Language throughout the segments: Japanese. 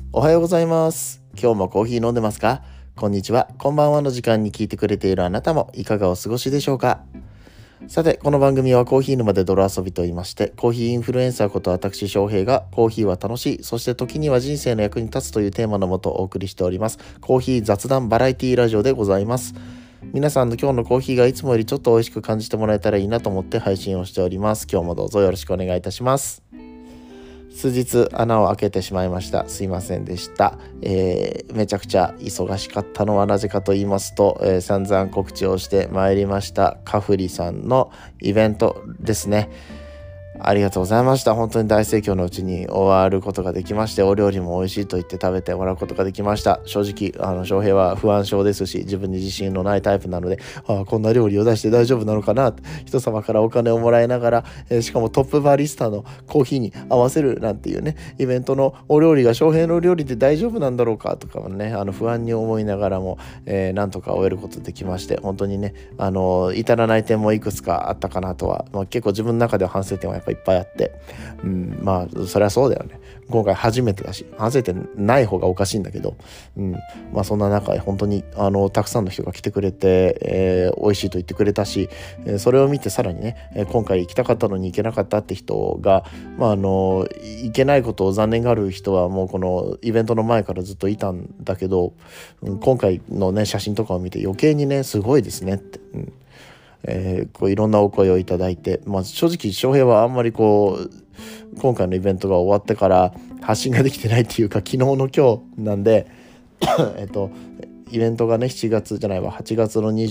おはようございます。今日もコーヒー飲んでますか？こんにちは、こんばんはの時間に聞いてくれているあなたもいかがお過ごしでしょうか？さて、この番組はコーヒー沼で泥遊びと言いまして、コーヒーインフルエンサーこと私翔平がコーヒーは楽しい、そして時には人生の役に立つというテーマのもとお送りしておりますコーヒー雑談バラエティラジオでございます。皆さんの今日のコーヒーがいつもよりちょっと美味しく感じてもらえたらいいなと思って配信をしております。今日もどうぞよろしくお願いいたします。数日穴を開けてしまいました。すいませんでした。めちゃくちゃ忙しかったのはなぜかと言いますと、散々告知をしてまいりましたカフリさんのイベントですね。ありがとうございました。本当に大盛況のうちに終わることができまして、お料理も美味しいと言って食べてもらうことができました。正直翔平は不安症ですし、自分に自信のないタイプなので、こんな料理を出して大丈夫なのかな、人様からお金をもらいながら、しかもトップバリスタのコーヒーに合わせるなんていうね、イベントのお料理が翔平の料理で大丈夫なんだろうかとかもね、不安に思いながらも、なんとか終えることできまして、本当にね、至らない点もいくつかあったかなとは、結構自分の中では反省点はやっぱいっぱいあって、そりゃそうだよね。今回初めてだし、反省点ない方がおかしいんだけど、そんな中本当にたくさんの人が来てくれて、美味しいと言ってくれたし、それを見てさらにね、今回行きたかったのに行けなかったって人が、行けないことを残念がある人はもうこのイベントの前からずっといたんだけど、今回のね写真とかを見て余計にねすごいですねって、こういろんなお声をいただいて、正直翔平はあんまり今回のイベントが終わってから発信ができてないっていうか、昨日の今日なんでイベントがね8月の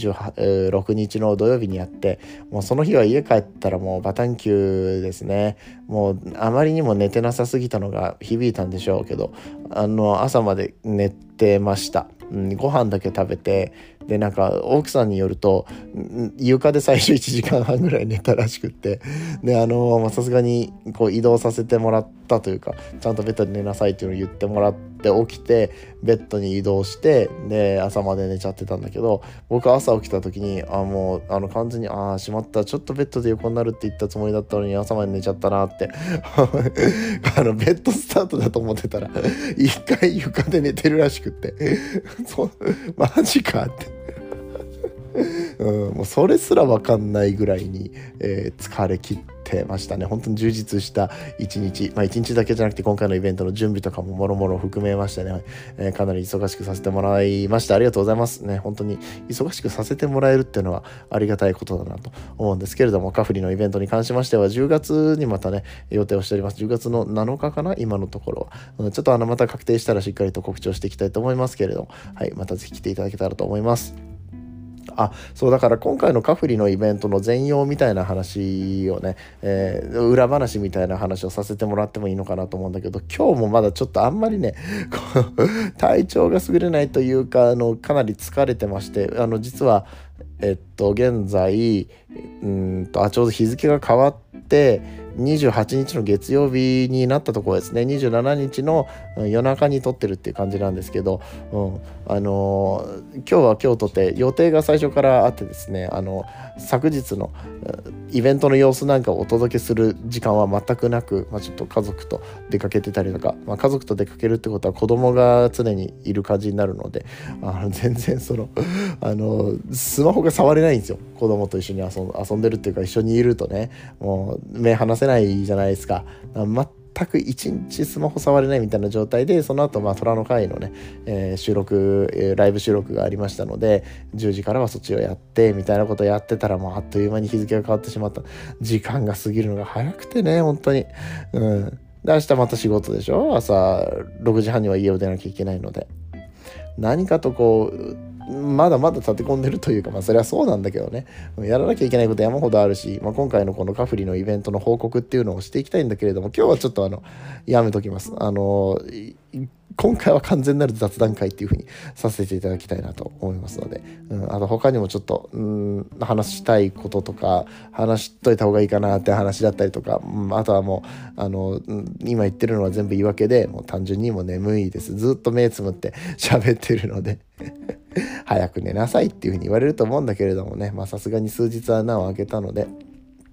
26日の土曜日にやって、もうその日は家帰ったらもうバタンキューですね。もうあまりにも寝てなさすぎたのが響いたんでしょうけど、朝まで寝てました。ご飯だけ食べて、でなんか奥さんによると床で最初1時間半ぐらい寝たらしくって、でさすがに移動させてもらったというか、ちゃんとベッドで寝なさいっていうのを言ってもらって起きてベッドに移動して、で朝まで寝ちゃってたんだけど、僕朝起きた時にもう完全にしまった、ちょっとベッドで横になるって言ったつもりだったのに朝まで寝ちゃったなってベッドスタートだと思ってたら一回床で寝てるらしくってマジかってもうそれすら分かんないぐらいに、疲れ切ってましたね。本当に充実した一日、一日だけじゃなくて今回のイベントの準備とかももろもろ含めましてね、かなり忙しくさせてもらいました。ありがとうございますね。本当に忙しくさせてもらえるっていうのはありがたいことだなと思うんですけれども、カフリのイベントに関しましては10月にまたね予定をしております。10月の7日かな、今のところは、ちょっとまた確定したらしっかりと告知をしていきたいと思いますけれども、またぜひ来ていただけたらと思います。そうだから今回のカフリのイベントの全容みたいな話をね、裏話みたいな話をさせてもらってもいいのかなと思うんだけど、今日もまだちょっとあんまりね体調が優れないというか、かなり疲れてまして、実は現在ちょうど日付が変わって28日の月曜日になったところですね。27日の夜中に撮ってるっていう感じなんですけど、今日は今日撮って予定が最初からあってですね、昨日のイベントの様子なんかをお届けする時間は全くなく、ちょっと家族と出かけてたりとか、家族と出かけるってことは子供が常にいる感じになるので、全然スマホが触れないんですよ。子供と一緒に遊んでるっていうか、一緒にいるとね、もう目離せないじゃないですか。全く一日スマホ触れないみたいな状態で、その後虎の会のね、ライブ収録がありましたので、10時からはそっちをやってみたいなことをやってたら、もうあっという間に日付が変わってしまった。時間が過ぎるのが早くてね、本当に。で明日また仕事でしょ。朝6時半には家を出なきゃいけないので、何かとまだまだ立て込んでるというか、それはそうなんだけどね、やらなきゃいけないこと山ほどあるし、今回のこのカフリのイベントの報告っていうのをしていきたいんだけれども、今日はちょっとやめときます。今回は完全なる雑談会っていう風にさせていただきたいなと思いますので、あと他にもちょっと話したいこととか話しといた方がいいかなって話だったりとか、あとはもう今言ってるのは全部言い訳で、もう単純にもう眠いです。ずっと目つむって喋ってるので早く寝なさいっていう風に言われると思うんだけれどもね、さすがに数日穴を開けたので、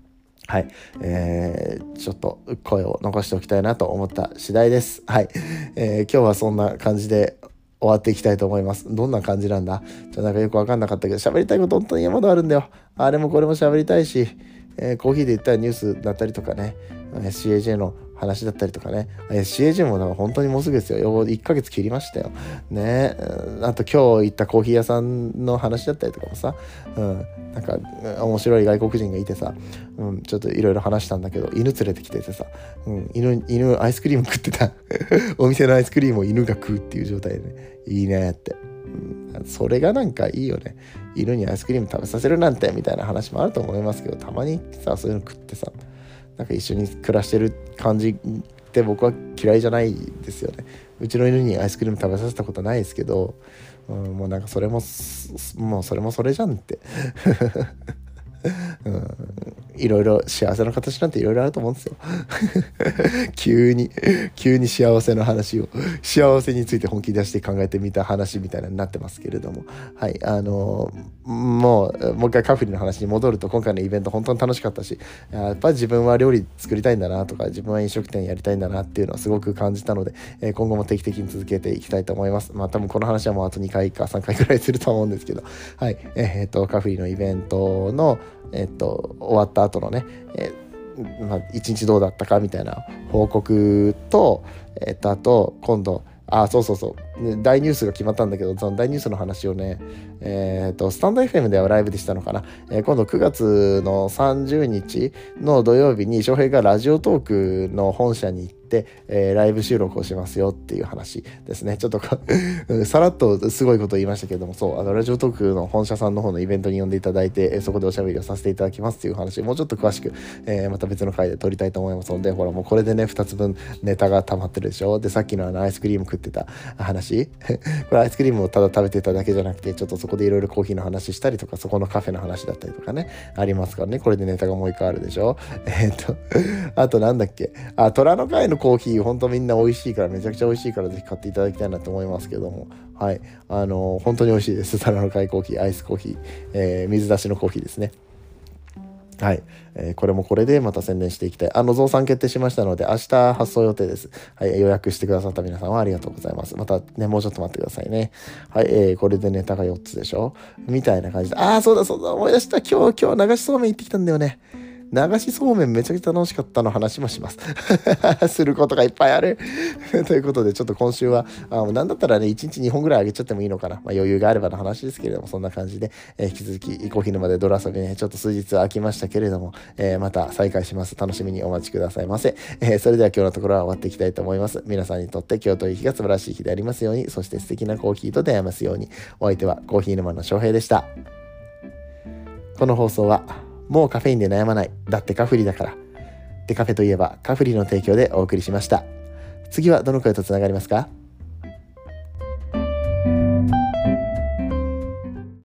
はい、ちょっと声を残しておきたいなと思った次第です。はい、今日はそんな感じで終わっていきたいと思います。どんな感じなんだ？なんかよく分かんなかったけど、喋りたいこと本当に山ほどあるんだよ。あれもこれも喋りたいし、コーヒーで言ったらニュースだったりとかね、SCAJ の話だったりとかね、SCAJ もだから本当にもうすぐですよ。1ヶ月切りましたよ。ね、あと今日行ったコーヒー屋さんの話だったりとかもさ、なんか面白い外国人がいてさ、ちょっといろいろ話したんだけど、犬連れてきててさ、犬アイスクリーム食ってた。お店のアイスクリームを犬が食うっていう状態でね、いいねって。それがなんかいいよね。犬にアイスクリーム食べさせるなんてみたいな話もあると思いますけど、たまにさそういうの食ってさ、なんか一緒に暮らしてる感じって僕は嫌いじゃないですよね。うちの犬にアイスクリーム食べさせたことないですけど、もうなんかそれももうそれもそれじゃんっていろいろ幸せの形なんていろいろあると思うんですよ急に幸せの話を、幸せについて本気出して考えてみた話みたいなになってますけれども、はい、もう一回カフリの話に戻ると、今回のイベント本当に楽しかったし、やっぱり自分は料理作りたいんだなとか、自分は飲食店やりたいんだなっていうのはすごく感じたので、今後も定期的に続けていきたいと思います。多分この話はもうあと2回か3回くらいすると思うんですけど、はい、カフリのイベントの終わった後のね、一日どうだったかみたいな報告と、あと今度そう大ニュースが決まったんだけど、その大ニュースの話をね、スタンド FM ではライブでしたのかな、今度9月の30日の土曜日に翔平がラジオトークの本社に行って、ライブ収録をしますよっていう話ですね。ちょっとさらっとすごいことを言いましたけれども、そうラジオトークの本社さんの方のイベントに呼んでいただいて、そこでおしゃべりをさせていただきますっていう話、もうちょっと詳しく、また別の回で撮りたいと思いますので、ほらもうこれでね2つ分ネタが溜まってるでしょ。でさっきのアイスクリーム食ってた話これアイスクリームをただ食べてただけじゃなくて、ちょっとそこでいろいろコーヒーの話したりとか、そこのカフェの話だったりとかね、ありますからね。これでネタがもう一回あるでしょ。あとなんだっけ、虎の会のコーヒー本当みんな美味しいから、めちゃくちゃ美味しいから、ぜひ買っていただきたいなと思いますけども、はい、本当に美味しいです。虎の会コーヒー、アイスコーヒー、水出しのコーヒーですね。はい、これもこれでまた宣伝していきたい。増産決定しましたので、明日発送予定です。はい、予約してくださった皆さんはありがとうございます。またね、もうちょっと待ってくださいね。はい、これでネタが4つでしょみたいな感じで。そうだ、思い出した。今日流しそうめん行ってきたんだよね。流しそうめんめちゃくちゃ楽しかったの話もしますすることがいっぱいあるということで、ちょっと今週はなんだったらね1日2本ぐらいあげちゃってもいいのかな、余裕があればの話ですけれども、そんな感じで、引き続きコーヒー沼で泥遊びね、ちょっと数日空きましたけれども、また再開します。楽しみにお待ちくださいませ。それでは今日のところは終わっていきたいと思います。皆さんにとって今日という日が素晴らしい日でありますように、そして素敵なコーヒーと出会いますように。お相手はコーヒー沼の翔平でした。この放送はもうカフェインで悩まない。だってカフリだから。でカフェといえばカフリの提供でお送りしました。次はどの声とつながりますか？